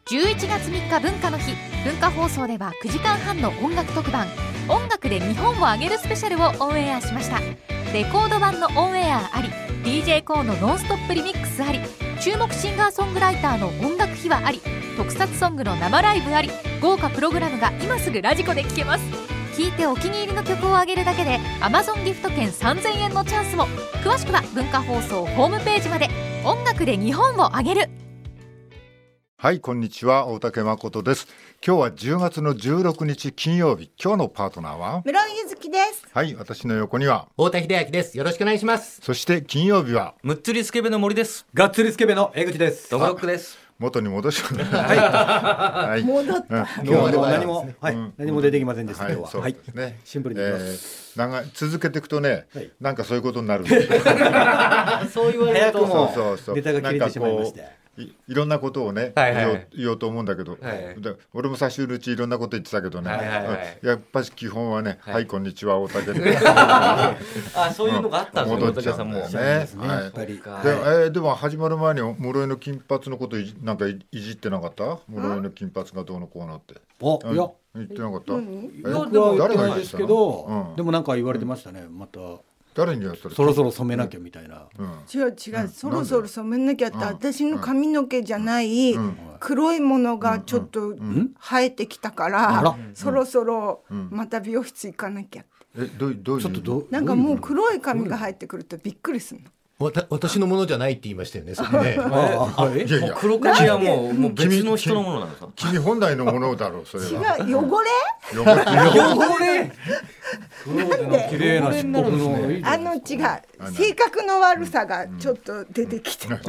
11月3日文化の日、文化放送では9時間半の音楽特番音楽で日本をあげるスペシャルをオンエアしました。レコード版のオンエアあり、 DJ コーのノンストップリミックスあり、注目シンガーソングライターの音楽秘話あり、特撮ソングの生ライブあり、豪華プログラムが今すぐラジコで聴けます。聴いてお気に入りの曲をあげるだけで Amazon ギフト券3000円のチャンスも。詳しくは文化放送ホームページまで。音楽で日本をあげる。 はい、こんにちは、大竹誠です。今日は10月の16日金曜日。今日のパートナーは室井ゆずきです。 はい、私の横には太田秀明です。よろしくお願いします。 そして金曜日はむっつりスケベの森です。 がっつりスケベの江口です。 ドブロックです。 元に戻しましたはい、戻った。 今日はでも何も、何も出てきませんでした。今日は、 そうですね、 シンプルに言います。 続けていくとね、なんかそういうことになる。 そう言われるともうネタが切れてしまいまして。 いろんなことをね、言おうと思うんだけど、俺も最初のうちいろんなこと言ってたけどね、やっぱり基本はね、はい、こんにちは、大竹でそういうのがあったんですね、 戻っちゃうんだよね。でも始まる前に室井の金髪のことなんかいじってなかった？室井の金髪がどうのこうのって。 いや言ってなかった？ 僕は言ってないですけど、でもなんか言われてましたね。また誰に言われた？ そろそろ染めなきゃみたいな。 違う、そろそろ染めなきゃって、私の髪の毛じゃない黒いものがちょっと生えてきたから、そろそろまた美容室行かなきゃって。 どういうなんかもう黒い髪が生えてくるとびっくりするの。 私のものじゃないって言いましたよね。それね。 いやいや、黒髪はもう別の人のものなんですか？ 君本来のものだろう。それは違う、汚れ綺麗な尻尾の違う、性格の悪さがちょっと出てきてる。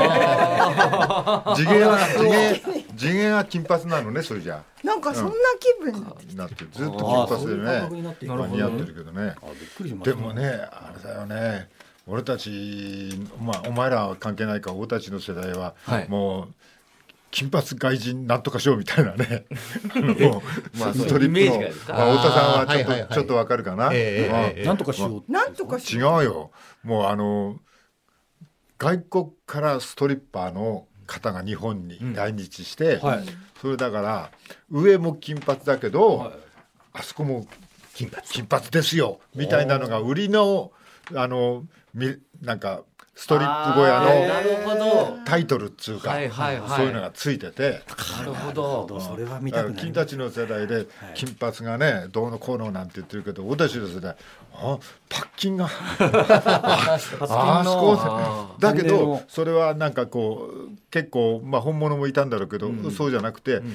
次元は金髪なのね、それじゃなんかそんな気分になってずっと金髪でね、似合ってるけどね。でもね、あれだよね、俺たち、お前らは関係ないか、俺たちの世代はもう金髪外人なんとかしようみたいなね、もうストリップの太田さんはちょっとわかるかな。 なんとかしよう、 なんとかしよう。違うよ、もう外国からストリッパーの方が日本に来日して、それだから上も金髪だけど、あそこも金髪ですよみたいなのが売りのなんかストリップ小屋のタイトルっつうか、そういうのがついてて、 なるほど、 それは見たくない。 君たちの世代で金髪がねどうのこうのなんて言ってるけど、俺たちの世代パッキンがあそこだけど、それはなんかこう結構本物もいたんだろうけど、そうじゃなくて、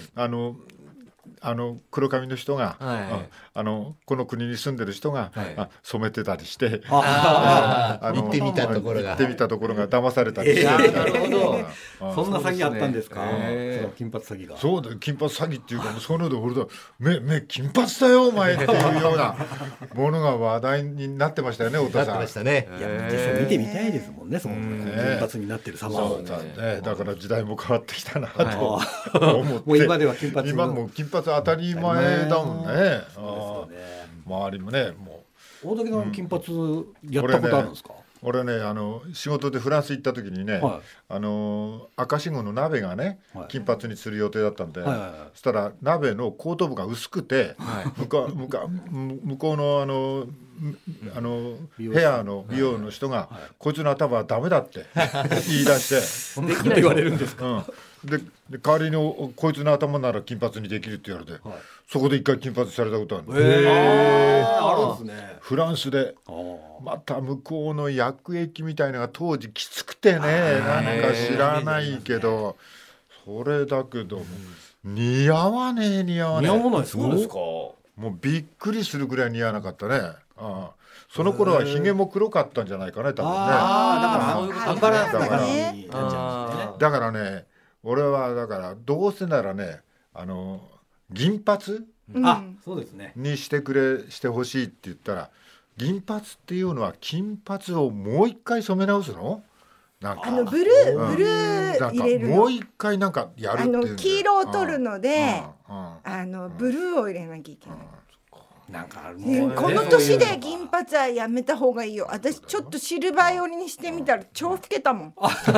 黒髪の人が、この国に住んでる人が、染めてたりして、 行ってみたところが騙されたりして、 なるほど。 そんな詐欺あったんですか？金髪詐欺が。 そうだよ、金髪詐欺っていうか、そういうので俺だ、目金髪だよお前っていうようなものが話題になってましたよね、太田さん。 なってましたね。 いや、実際見てみたいですもんね、その金髪になってる様を。 だから時代も変わってきたなと思って、 もう今では金髪、 今も金髪当たり前だもんね。周りもね、もう大竹さん金髪やったことあるんですか？ 俺ね、仕事でフランス行った時にね、赤信号の鍋がね、金髪にする予定だったんで、そしたら鍋の後頭部が薄くて、向こうのヘアの美容の人が、こいつの頭はダメだって言い出してそんなこと言われるんですか？ で代わりにこいつの頭なら金髪にできるって言われて、そこで一回金髪されたことある。 あるんですね。 フランスで。また向こうの薬液みたいなのが当時きつくてね、なんか知らないけど、それだけど似合わねえ。似合わない。 そうですか。 もうびっくりするぐらい似合わなかったね。その頃はひげも黒かったんじゃないかね、多分ね。だからね、俺はだからどうせならね、銀髪そうですねにしてほしいって言ったら、銀髪っていうのは金髪をもう一回染め直すの？なんかブルー入れるの。 もう一回なんかやるっていう黄色を取るので、ブルーを入れなきゃいけない。 なんかこの年で銀髪はやめた方がいいよ。私ちょっとシルバー寄りにしてみたら超老けたもん。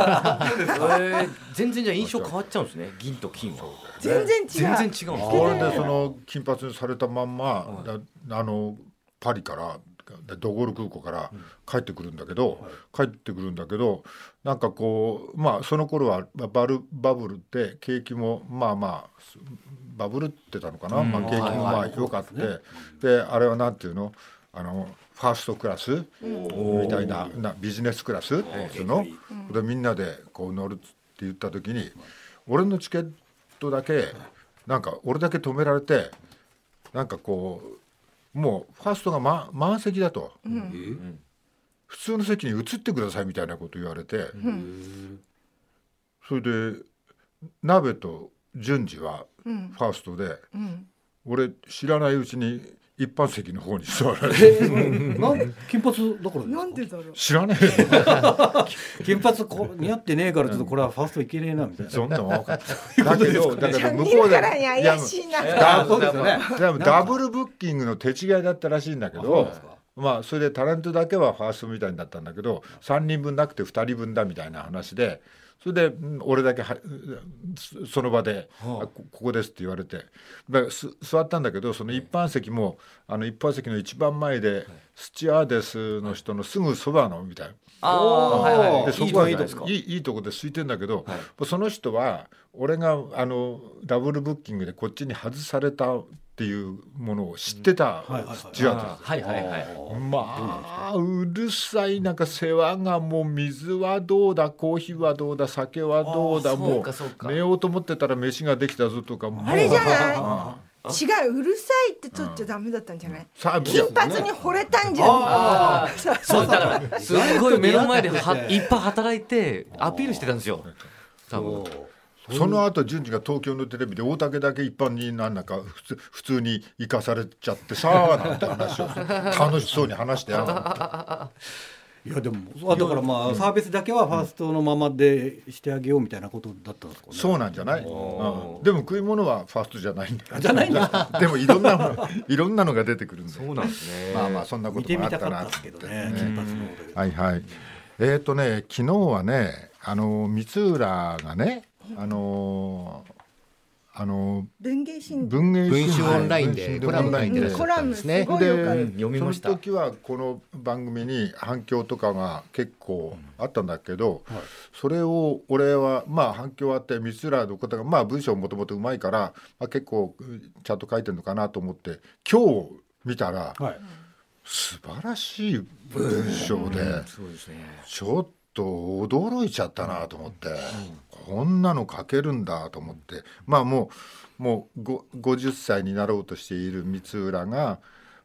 全然じゃあ印象変わっちゃうんですね、銀と金は。 全然違う。 全然違うんです。 これでその金髪にされたまんま、パリからドゴール空港から帰ってくるんだけど、なんかこうまあその頃はバブルって景気もまあバブルってたのかな、まあ、景気もまあ良かった、であれはなんていうの、ファーストクラスみたいなビジネスクラスっていうのでみんなでこう乗るって言った時に、俺のチケットだけなんか俺だけ止められて、なんかこうもうファーストが、満席だと、普通の席に移ってくださいみたいなこと言われて、それで鍋と順次はファーストで、俺知らないうちに一般席の方に座られて、 金髪だからなんでだろう。 知らねえ金髪似合ってねえからちょっとこれはファーストいけねえなみたいな。 そんなの分かっただけど向こうでからに怪しいな。 ダブルブッキングの手違いだったらしいんだけど、まあそれでタレントだけはファーストみたいになったんだけど、3人分なくて2人分だみたいな話で、それで俺だけその場で、ここですって言われて座ったんだけど、その一般席も一般席の一番前でスチュワーデスの人のすぐそばのみたいな、でそこはいいとこで空いてんだけど、その人は俺がダブルブッキングでこっちに外されたっていうものを知ってたスチュワーデス、まあうるさい、なんか世話がもう水はどうだ、コーヒーはどうだ、酒はどうだ、もう寝ようと思ってたら飯ができたぞとか、もうあれじゃない違う、うるさいって取っちゃダメだったんじゃない、金髪に惚れたんじゃん。 そうだからすごい目の前でいっぱい働いてアピールしてたんですよ多分。 その後順次が東京のテレビで大竹だけ一般になんか普通に生かされちゃってさあなんて話を楽しそうに話していやでもだからまあサービスだけはファーストのままでしてあげようみたいなことだったんですかね。 そうなんじゃない、でも食い物はファーストじゃないんだよ。じゃないんだでもいろんなのが出てくるんで。 そうなんですね。 まあそんなこともあったなって。 見てみたかったですけどね、金髪の方で。 はいはい。昨日はね光浦がね文芸新聞オンラインでコラム書いてらっしゃったんですね。 読みました。 その時はこの番組に反響とかが結構あったんだけど、それを俺はまあ反響あって光浦の方がまあ文章もともとうまいから、結構ちゃんと書いてるのかなと思って今日見たら、素晴らしい文章で、ちょっと驚いちゃったなと思って、こんなの書けるんだと思って、まあもう50歳になろうとしている光浦が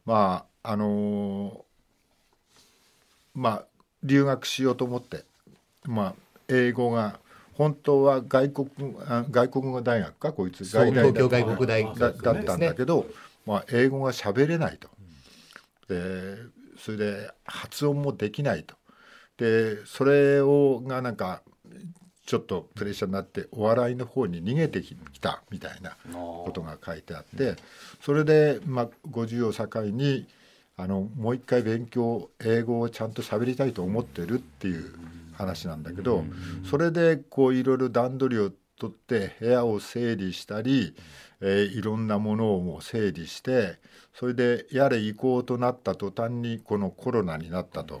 留学しようと思って、英語が本当は外国語大学かこいつ東京外国大学だったんだけど、英語が喋れないと。でそれで発音もできないと。でそれがなんかちょっとプレッシャーになってお笑いの方に逃げてきたみたいなことが書いてあって、それで50を境にもう一回英語をちゃんと喋りたいと思ってるっていう話なんだけど、それでこういろいろ段取りを取って部屋を整理したり、いろんなものをもう整理して、それでやれ行こうとなった途端にこのコロナになったと。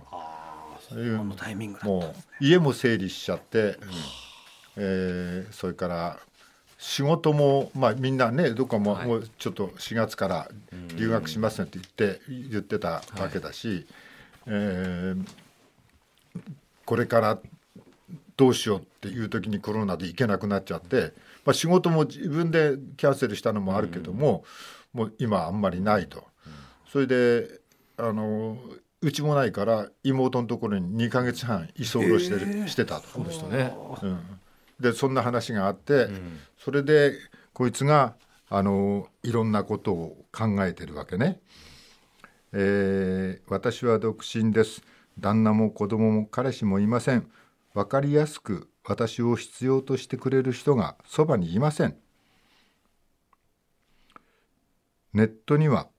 もう家も整理しちゃって、それから仕事もみんなねどっかもうちょっと4月から留学しますねって言ってたわけだし、これからどうしようっていう時にコロナで行けなくなっちゃって、仕事も自分でキャンセルしたのもあるけども、もう今あんまりないと。それでうちもないから妹のところに2ヶ月半居候してたと。 そうでしたね。 でそんな話があって、それでこいつがいろんなことを考えてるわけね。私は独身です。旦那も子供も彼氏もいません。分かりやすく私を必要としてくれる人がそばにいません。ネットには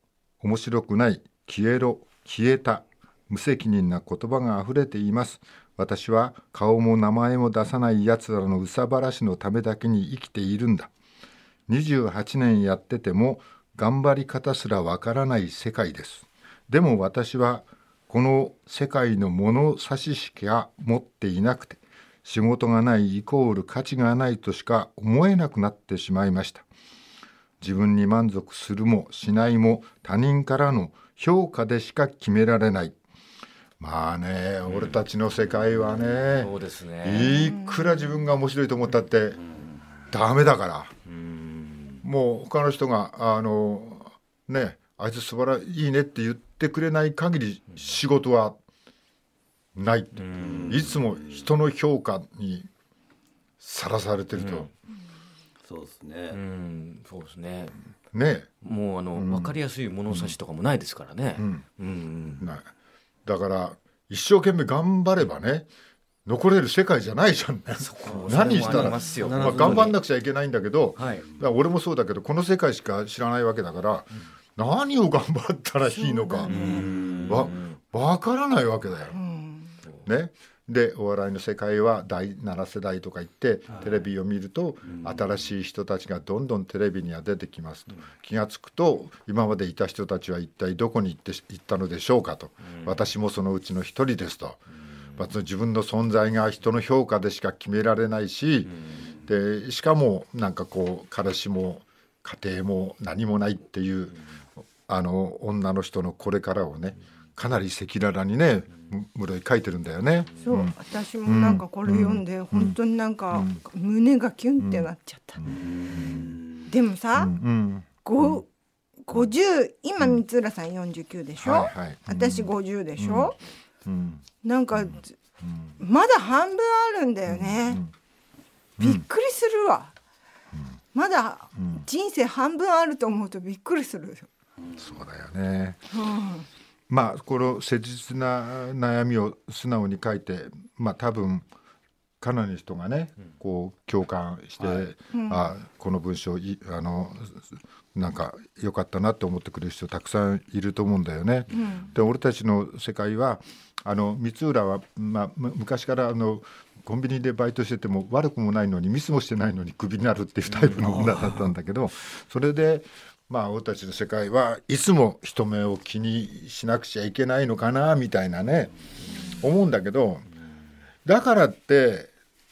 面白くない、消えた、無責任な言葉があふれています。私は顔も名前も出さないやつらの憂さ晴らしのためだけに生きているんだ。28年やってても頑張り方すらわからない世界です。でも私はこの世界の物差ししか持っていなくて、仕事がないイコール価値がないとしか思えなくなってしまいました。自分に満足するもしないも他人からの評価でしか決められない。まあね、俺たちの世界はね、 そうですね、 いくら自分が面白いと思ったってダメだから、もう他の人がね、あいつ素晴らしいねって言ってくれない限り仕事はない。いつも人の評価にさらされてると、 そうですね、 そうですね。 ね、 もう分かりやすい物差しとかもないですからね。 ない。だから一生懸命頑張ればね、残れる世界じゃないじゃんね。何したら、頑張んなくちゃいけないんだけど、だから俺もそうだけど、この世界しか知らないわけだから、何を頑張ったらいいのかわからないわけだよ。ね。でお笑いの世界は第7世代とか言ってテレビを見ると、新しい人たちがどんどんテレビには出てきますと、気がつくと今までいた人たちは一体どこに行ったのでしょうかと、私もそのうちの一人ですと、自分の存在が人の評価でしか決められないし、でしかもなんかこう彼氏も家庭も何もないっていう女の人のこれからをね、かなり赤裸々にね室井書いてるんだよね。 そう、私もなんかこれ読んで、本当になんか胸がキュンってなっちゃった。でもさ、50、今三浦さん49でしょ、私50でしょ、なんかまだ半分あるんだよね。びっくりするわ。まだ人生半分あると思うとびっくりする。 そうだよね。まあこの切実な悩みを素直に書いて、多分かなりの人がね、こう共感して、この文章なんか良かったなって思ってくれる人たくさんいると思うんだよね。で俺たちの世界は三浦は、昔からコンビニでバイトしてても悪くもないのにミスもしてないのにクビになるっていうタイプの女だったんだけど、それで俺たちの世界はいつも人目を気にしなくちゃいけないのかなみたいなね、思うんだけど、だからって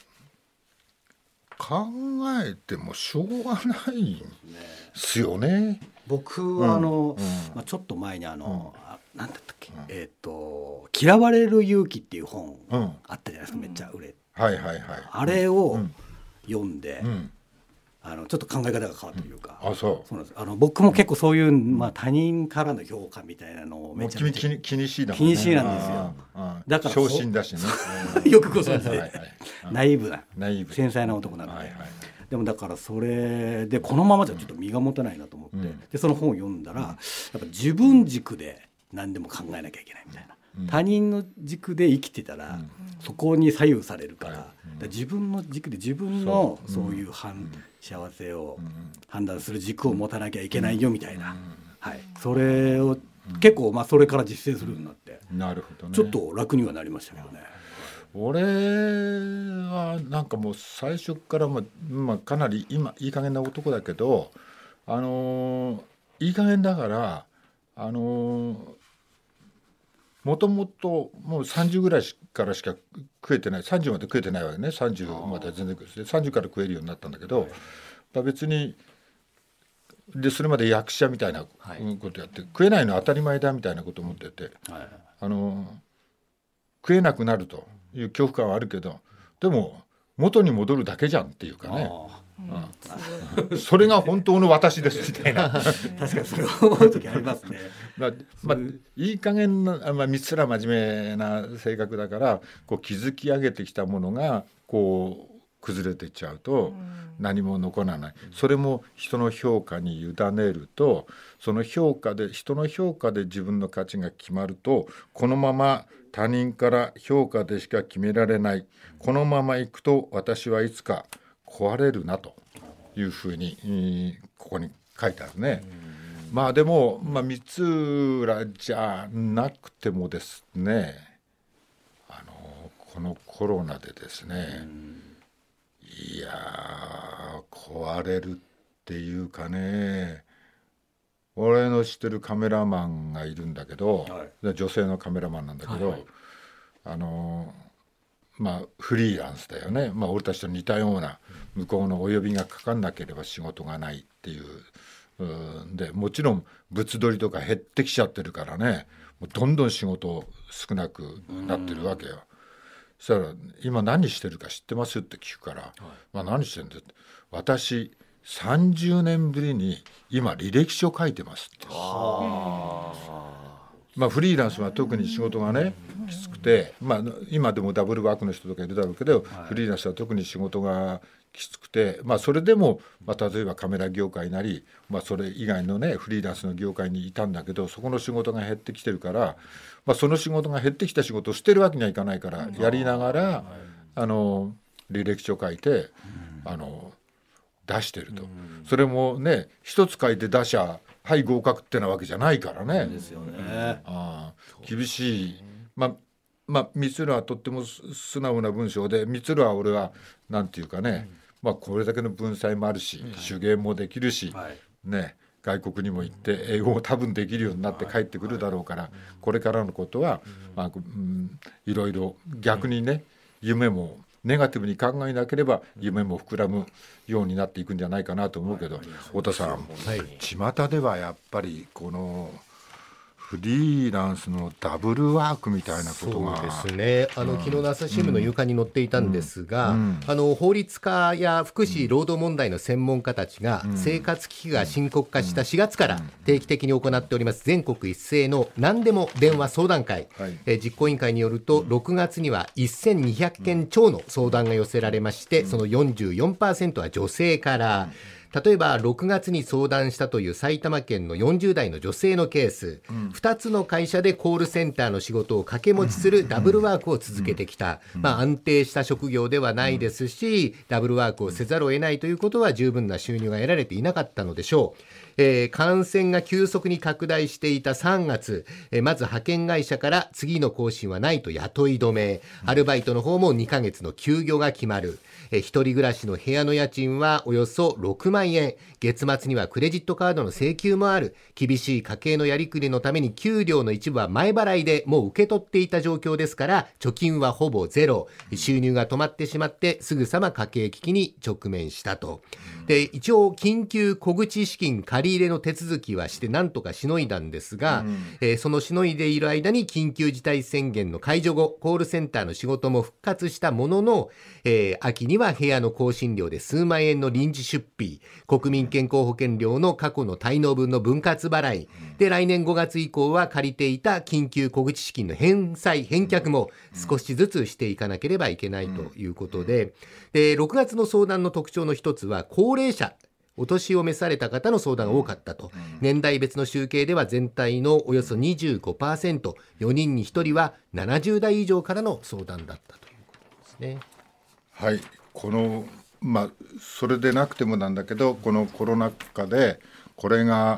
考えてもしょうがないですよね。 僕はちょっと前に何だったっけ、嫌われる勇気っていう本あったじゃないですか、めっちゃ売れて、あれを読んで、ちょっと考え方が変わったというか、そうなんです。僕も結構そういう、他人からの評価みたいなのをめちゃめちゃ気にしいなんですよ。だから昇進だしねよくご存知でナイーブな繊細な男なので、でもだからそれでこのままじゃちょっと身が持たないなと思って、でその本を読んだら、やっぱ自分軸で何でも考えなきゃいけないみたいな、他人の軸で生きてたら、そこに左右されるから、自分の軸で自分のそういう幸せを判断する軸を持たなきゃいけないよみたいな、それを結構それから実践するようになって、 なるほどね、 ちょっと楽にはなりましたけどね。 俺はなんかもう最初から、かなり今いい加減な男だけど、いい加減だからもともともう30ぐらいからしか食えてない、30まで食えてないわけね。30までは全然30から食えるようになったんだけど、別にでそれまで役者みたいなことやって、食えないのは当たり前だみたいなことを思ってて、食えなくなるという恐怖感はあるけど、でも元に戻るだけじゃんっていうかね、それが本当の私ですみたいな確かにそれを思う時ありますね。 いい加減な三つら真面目な性格だから、こう築き上げてきたものがこう崩れていっちゃうと何も残らない。それも人の評価に委ねると、その人の評価で自分の価値が決まると、このまま他人から評価でしか決められない、このままいくと私はいつか壊れるなというふうに、ここに書いてあるね。 まあでも、三浦じゃなくてもですね、このコロナでですね、いや壊れるっていうかね、俺の知ってるカメラマンがいるんだけど、女性のカメラマンなんだけど、フリーランスだよね。俺たちと似たような、向こうのお呼びがかかんなければ仕事がないっていう、でもちろん物撮りとか減ってきちゃってるからね、もうどんどん仕事少なくなってるわけよ。そしたら今何してるか知ってますって聞くから、何してるんだって、私30年ぶりに今履歴書書いてますって。フリーランスは特に仕事がねきつくて、今でもダブルワークの人とかいるだろうけど、フリーランスは特に仕事がきつくて、それでも、例えばカメラ業界なり、それ以外のねフリーランスの業界にいたんだけど、そこの仕事が減ってきてるから、その仕事が減ってきた仕事を捨てるわけにはいかないから、やりながら履歴書書いて出してると。それもね一つ書いて出しゃはい合格ってなわけじゃないからね。 ですよね。 厳しい。三浦はとっても素直な文章で、三浦は俺はなんていうかね、これだけの文才もあるし、手芸もできるし、ね、外国にも行って英語も多分できるようになって帰ってくるだろうから、これからのことは、いろいろ逆にね、夢もネガティブに考えなければ夢も膨らむようになっていくんじゃないかなと思うけど、太田さん、巷ではやっぱりこのフリーランスのダブルワークみたいなことが、 そうですね、昨日の朝日新聞の夕刊に載っていたんですが、法律家や福祉労働問題の専門家たちが、生活危機が深刻化した4月から定期的に行っております全国一斉の何でも電話相談会、実行委員会によると6月には1200件超の相談が寄せられまして、その 44% は女性から、例えば6月に相談したという埼玉県の40代の女性のケース、2つの会社でコールセンターの仕事を掛け持ちするダブルワークを続けてきた、安定した職業ではないですし、ダブルワークをせざるを得ないということは十分な収入が得られていなかったのでしょう。感染が急速に拡大していた3月、まず派遣会社から次の更新はないと雇い止め、アルバイトの方も2ヶ月の休業が決まる。一人暮らしの部屋の家賃はおよそ6万円、月末にはクレジットカードの請求もある。厳しい家計のやりくりのために給料の一部は前払いでもう受け取っていた状況ですから、貯金はほぼゼロ、収入が止まってしまってすぐさま家計危機に直面したと。で、一応緊急小口資金借り入れの手続きはしてなんとかしのいだんですが、そのしのいでいる間に緊急事態宣言の解除後、コールセンターの仕事も復活したものの、秋には部屋の更新料で数万円の臨時出費、国民健康保険料の過去の滞納分の分割払いで、来年5月以降は借りていた緊急小口資金の返済返却も少しずつしていかなければいけないということで、6月の相談の特徴の一つは高齢者、お年を召された方の相談が多かったと。年代別の集計では全体のおよそ 25%、 4人に1人は70代以上からの相談だったということですね。 はい、このそれでなくてもなんだけど、このコロナ禍でこれが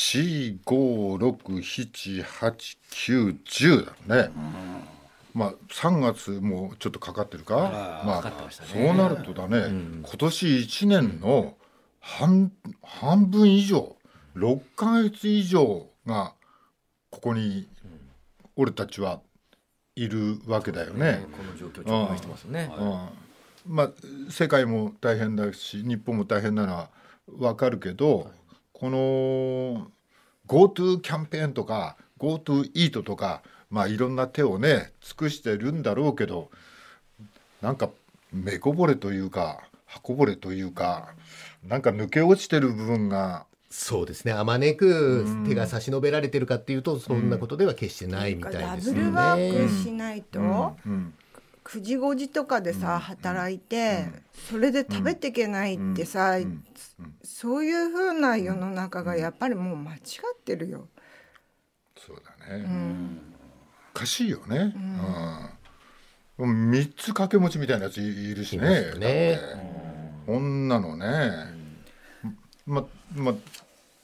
4、5、6、7、8、9、10だね。3月もちょっとかかってるか、そうなるとだね、今年1年の半分以上、6ヶ月以上がここに俺たちはいるわけだよね。 この状況を直面してますね。 世界も大変だし日本も大変なのは分かるけど、この GoTo キャンペーンとか GoTo イートとか、いろんな手をね尽くしてるんだろうけど、なんか目こぼれというか刃こぼれというか、なんか抜け落ちてる部分が。 そうですね、あまねく手が差し伸べられてるかっていうと、そんなことでは決してないみたいですよね。 ダブルワークしないと、9時5時とかでさ、働いて、それで食べていけないってさ、そういう風な世の中がやっぱりもう間違ってるよ。 そうだね、おかしいよね。3つ掛け持ちみたいなやついるしね。こんなのね、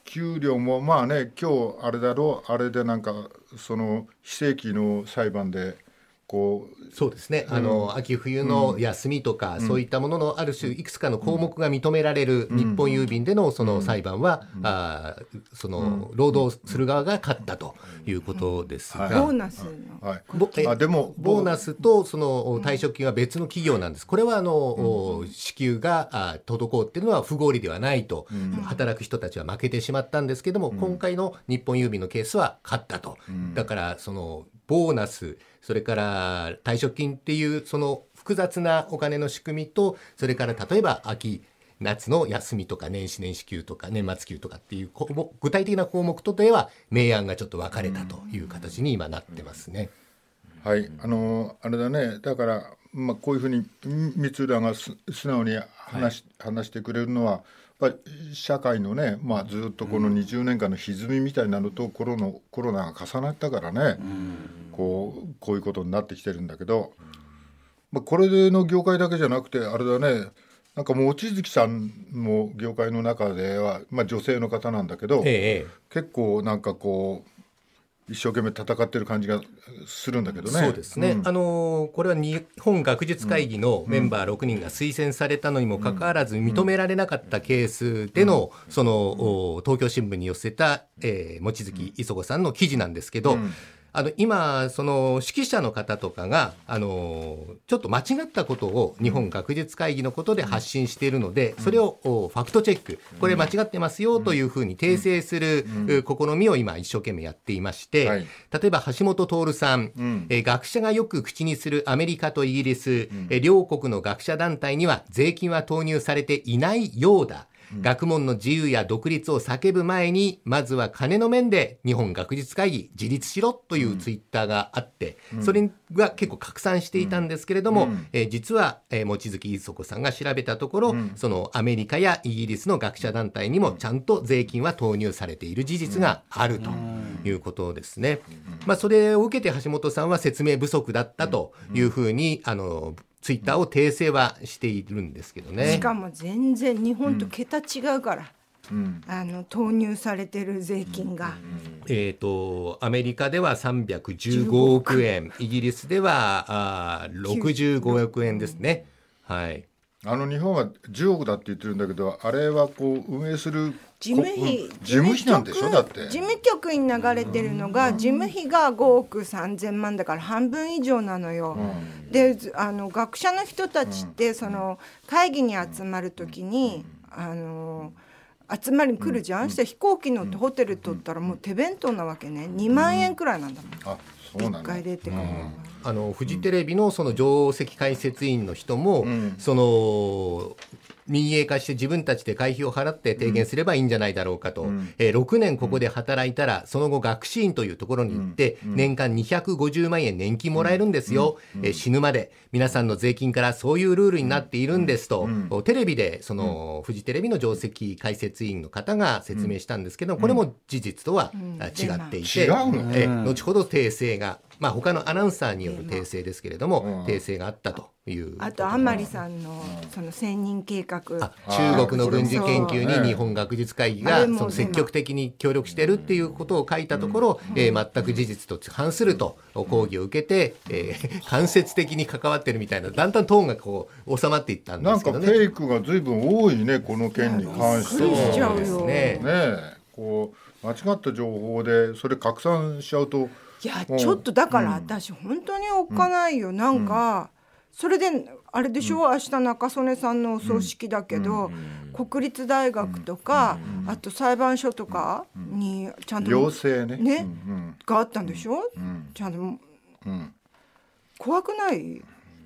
給料もまあね、今日あれだろう、あれでなんかその非正規の裁判でこう、 そうですね、秋冬の休みとか、そういったもののある種いくつかの項目が認められる日本郵便でのその裁判は、その労働する側が勝ったということですが、 ボーナスの、 でもボーナスとその退職金は別の企業なんです。これは支給が滞っているのは不合理ではないと、働く人たちは負けてしまったんですけども、今回の日本郵便のケースは勝ったと。だからそのボーナス、それから退職金っていうその複雑なお金の仕組みと、それから例えば秋夏の休みとか年始年始給とか年末給とかっていう具体的な項目とでは明暗がちょっと分かれたという形に今なってますね。 はい、あれだね、だから、こういうふうに三浦が素直に話してくれるのは、やっぱり社会のね、ずっとこの20年間の歪みみたいなのとコロナが重なったからね、こういうことになってきてるんだけど、これの業界だけじゃなくてあれだね、なんか望月さんも業界の中では、女性の方なんだけど、結構なんかこう一生懸命戦ってる感じがするんだけどね。 そうですね、これは日本学術会議のメンバー6人が推薦されたのにもかかわらず認められなかったケースでの、その東京新聞に寄せた、望月磯子さんの記事なんですけど、今その指揮者の方とかがちょっと間違ったことを日本学術会議のことで発信しているので、それをファクトチェック、これ間違ってますよというふうに訂正する試みを今一生懸命やっていまして、例えば橋本徹さん、学者がよく口にするアメリカとイギリス、両国の学者団体には税金は投入されていないようだ、学問の自由や独立を叫ぶ前にまずは金の面で日本学術会議自立しろというツイッターがあって、それが結構拡散していたんですけれども、実は望月磯子さんが調べたところ、そのアメリカやイギリスの学者団体にもちゃんと税金は投入されている事実があるということですね。それを受けて橋本さんは説明不足だったというふうにツイッターを訂正はしているんですけどね。 しかも全然日本と桁違うから、投入されてる税金が、 アメリカでは315億円、イギリスでは65億円ですね。はい、 日本は10億だって言ってるんだけど、あれはこう運営する事務費なんでしょ。だって事務局に流れてるのが、事務費が5億3000万だから半分以上なのよ。で学者の人たちってその会議に集まるときに、集まりに来るじゃん、して飛行機乗ってホテル取ったらもう手弁当なわけね。2万円くらいなんだもん、1回出てくるのが。 フジテレビのその上席解説員の人も、その民営化して自分たちで会費を払って提言すればいいんじゃないだろうかと、6年ここで働いたらその後学士院というところに行って年間250万円年金もらえるんですよ、死ぬまで皆さんの税金からそういうルールになっているんですと、テレビでそのフジテレビの上席解説員の方が説明したんですけど、これも事実とは違っていて、後ほど訂正が、他のアナウンサーによる訂正ですけれども、訂正があったという。 あと甘利さんのその1000人計画、 中国の軍事研究に日本学術会議がその積極的に協力しているっていうことを書いたところ、全く事実と反すると抗議を受けて、間接的に関わってるみたいな、だんだんトーンがこう収まっていったんですけどね。 なんかフェイクが随分多いね、この件に関しては。 そうですね。 こう間違った情報でそれ拡散しちゃうと、 いやちょっとだから私本当におっかないよ、なんかそれであれでしょ、明日中曽根さんのお葬式だけど、国立大学とか、あと裁判所とかにちゃんと要請ね、 があったんでしょ、ちゃんと、怖くない？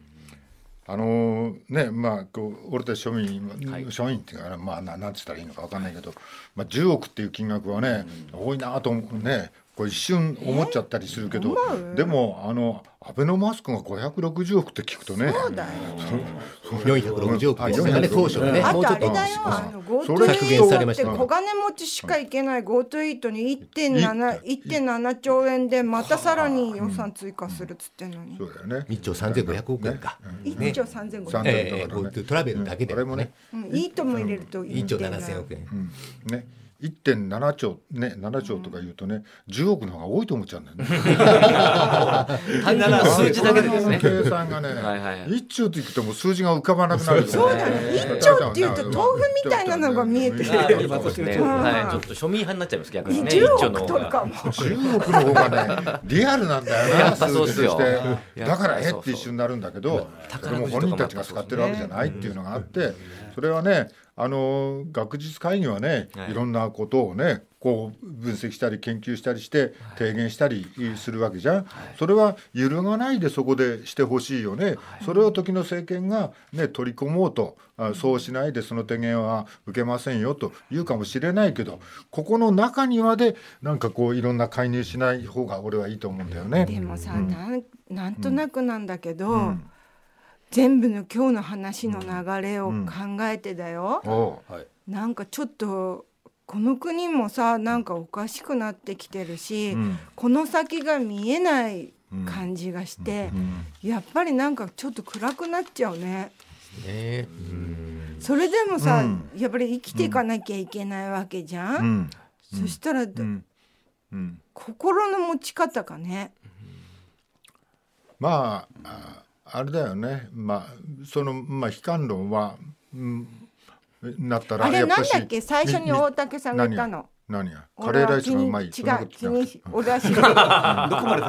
俺たち庶民っていうか、なんつったらいいのか分かんないけど、10億っていう金額はね、多いなと思うね。これ一瞬思っちゃったりするけど、でもアベノマスクが560億って聞くとね、 そうだよ 460億ですね、当初はね。 あとあれだよ、 GoTo削減されました。 小金持ちしか行けない GoTo イートに 1.7 兆円でまたさらに予算追加するっつってんのに。 そうだよね。 1兆3500億円か。 1兆3500円。 GoToトラベルだけでこれもね、 イートも入れると 1兆7000億円。 ね。 1.7 兆ね、7兆とか言うとね、10億の方が多いと思っちゃうんだよね。 単純な数字だけでですね。 計算がね、1兆って言っても数字が浮かばなくなる。 そうだね。1兆って言うと豆腐みたいなのが見えてくる。 そうですね。はい、ちょっと庶民派になっちゃいます逆にね。 10億とかも。 10億の方がね、リアルなんだよな、数字として。だからって一瞬になるんだけど、それも本人たちが使ってるわけじゃないっていうのがあって、それはね、学術会議はね、いろんなことをね、こう分析したり研究したりして提言したりするわけじゃん。それは揺るがないでそこでしてほしいよね。それを時の政権が、ね、取り込もうと、そうしないでその提言は受けませんよと言うかもしれないけど、ここの中にはでなんかこういろんな介入しない方が俺はいいと思うんだよね。 でもさ、なんとなくなんだけど、全部の今日の話の流れを考えてだよ、なんかちょっとこの国もさ、なんかおかしくなってきてるし、この先が見えない感じがして、やっぱりなんかちょっと暗くなっちゃうね。それでもさ、やっぱり生きていかなきゃいけないわけじゃん。そしたら、心の持ち方がね、 まああれだよね。その悲観論は、なったらあれやっぱしなんだっけ、最初に大竹さんが言ったの。 何やカレーライスがうまい。 違う、気に俺は知らない。どこまで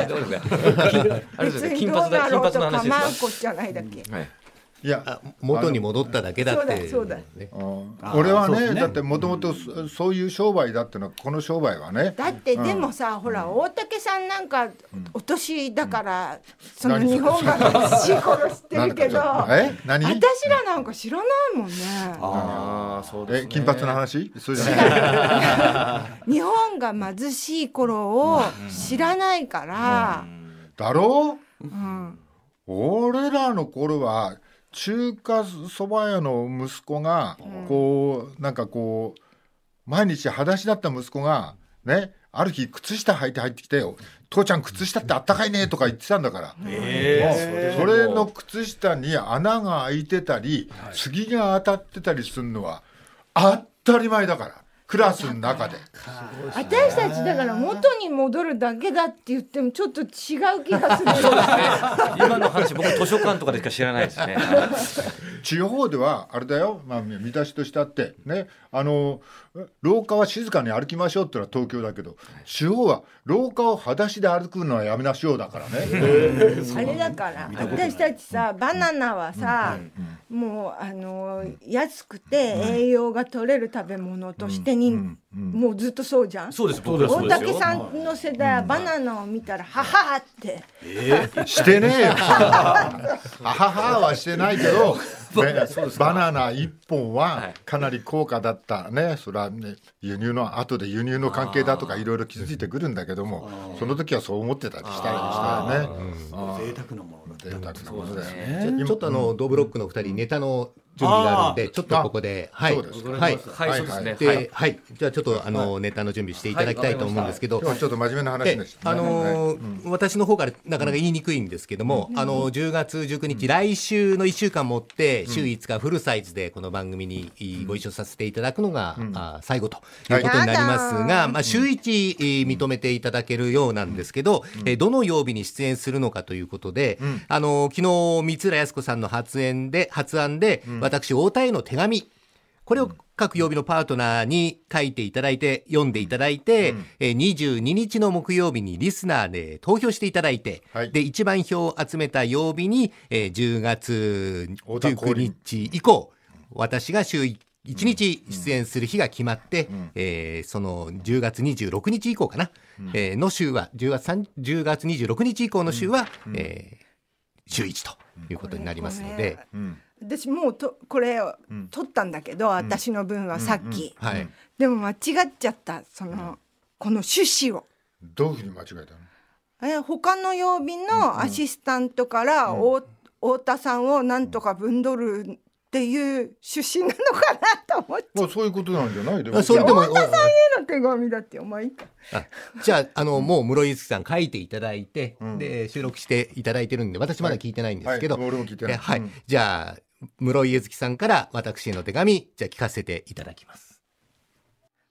別にどうなろうと構わんこっちゃないだっけ。 いや、 元に戻っただけだって。 そうだ。 俺はね、だってもともとそういう商売だってのは、この商売はね。 だってでもさ、ほら大竹さんなんかお年だから、その日本が貧しい頃知ってるけど、私らなんか知らないもんね。 そうですね。 金髪の話？そうじゃない。日本が貧しい頃を知らないから。 だろう？俺らの頃は中華そば屋の息子がこうなんかこう毎日裸足だった息子がね、ある日靴下履いて入ってきて、父ちゃん靴下ってあったかいねとか言ってたんだから、それの靴下に穴が開いてたり杉が当たってたりするのは当たり前だから、クラスの中で。 私たちだから元に戻るだけだって言ってもちょっと違う気がする。 今の話僕図書館とかでしか知らないですね。 地方ではあれだよ、見出しとしてあってね、廊下は静かに歩きましょうってのは東京だけど、地方は廊下を裸足で歩くのはやめましょうだからね。 あれだから私たちさ、バナナはさ、もう安くて栄養が取れる食べ物としてもうずっとそうじゃん。 そうです。 大竹さんの世代はバナナを見たらははってしてねえよ。はははしてないけど、バナナ1本はかなり高価だったね。それはね、後で輸入の関係だとかいろいろ気づいてくるんだけども、その時はそう思ってたりしたよね。 贅沢なものだった。 贅沢なものだよね。 ちょっとドブロックの2人ネタの準備があるんで、ちょっとここで、 そうですね。 で、じゃあちょっとネタの準備していただきたいと思うんですけど、 今日はちょっと真面目な話です。 私の方からなかなか言いにくいんですけども、10月19日、来週の1週間もって週5日フルサイズでこの番組にご一緒させていただくのが最後ということになりますが、週1認めていただけるようなんですけど、どの曜日に出演するのかということで、昨日三浦靖子さんの発案で私太田への手紙、これを各曜日のパートナーに書いていただいて読んでいただいて、22日の木曜日にリスナーで投票していただいて、で一番票を集めた曜日に、10月19日以降私が週1日出演する日が決まって、その10月26日以降かな、の週は10月26日以降の週は、週1ということになりますので、 私もうこれを取ったんだけど、私の分はさっき、でも間違っちゃった、この趣旨を。 どういうふうに間違えたの？ 他の曜日のアシスタントから太田さんをなんとか分取るっていう趣旨なのかなと思って。 そういうことなんじゃない？でも太田さんへの手紙だって。お前いいか。 じゃあもう室井さん書いていただいて、で収録していただいてるんで、私まだ聞いてないんですけど、 俺も聞いてない。 じゃあ室井悦樹さんから私への手紙、じゃあ聞かせていただきます。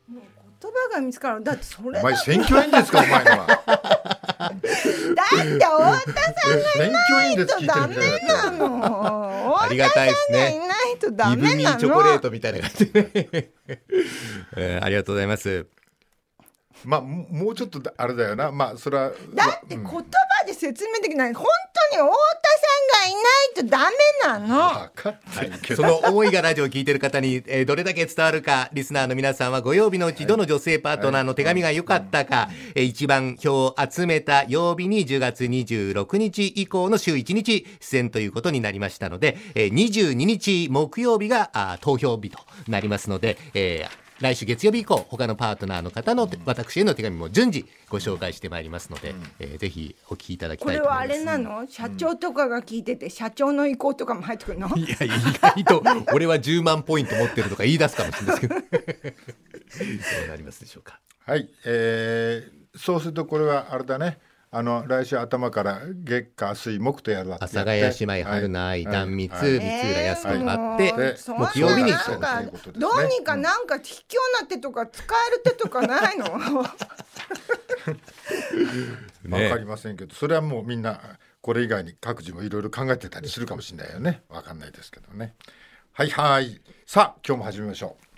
言葉が見つからん。だってそれお前選挙演説かお前のは。 だって太田さんがいないとダメなの。 ありがたいですね。 いないとダメなの。 ギブミーチョコレートみたいな感じで、ありがとうございます。 まあもうちょっとあれだよな。まあそれはだって言葉で説明できない。本当に太田さんがいないとダメなの。 分かってるけど、 その思いがラジオを聞いてる方に、どれだけ伝わるか、リスナーの皆さんはご曜日のうちどの女性パートナーの手紙が良かったか、一番票を集めた曜日に10月26日以降の週1日出演ということになりましたので、22日木曜日が投票日となりますので、来週月曜日以降、他のパートナーの方の私への手紙も順次ご紹介してまいりますので、ぜひお聞きいただきたいと思います。 これはあれなの？社長とかが聞いてて、社長の意向とかも入ってくるの？ いや、意外と俺は10万ポイント持ってるとか言い出すかもしれないですけどそうなりますでしょうか。 はい、そうするとこれはあれだね。来週頭から月火水木とやるわけ。 阿佐ヶ谷姉妹、春菜愛、壇蜜、三浦靖子があって、木曜日にどうにかなんか卑怯な手とか使える手とかないの？ わかりませんけど、それはもうみんなこれ以外に各自もいろいろ考えてたりするかもしれないよね。わかんないですけどね。はいはい。さあ今日も始めましょう。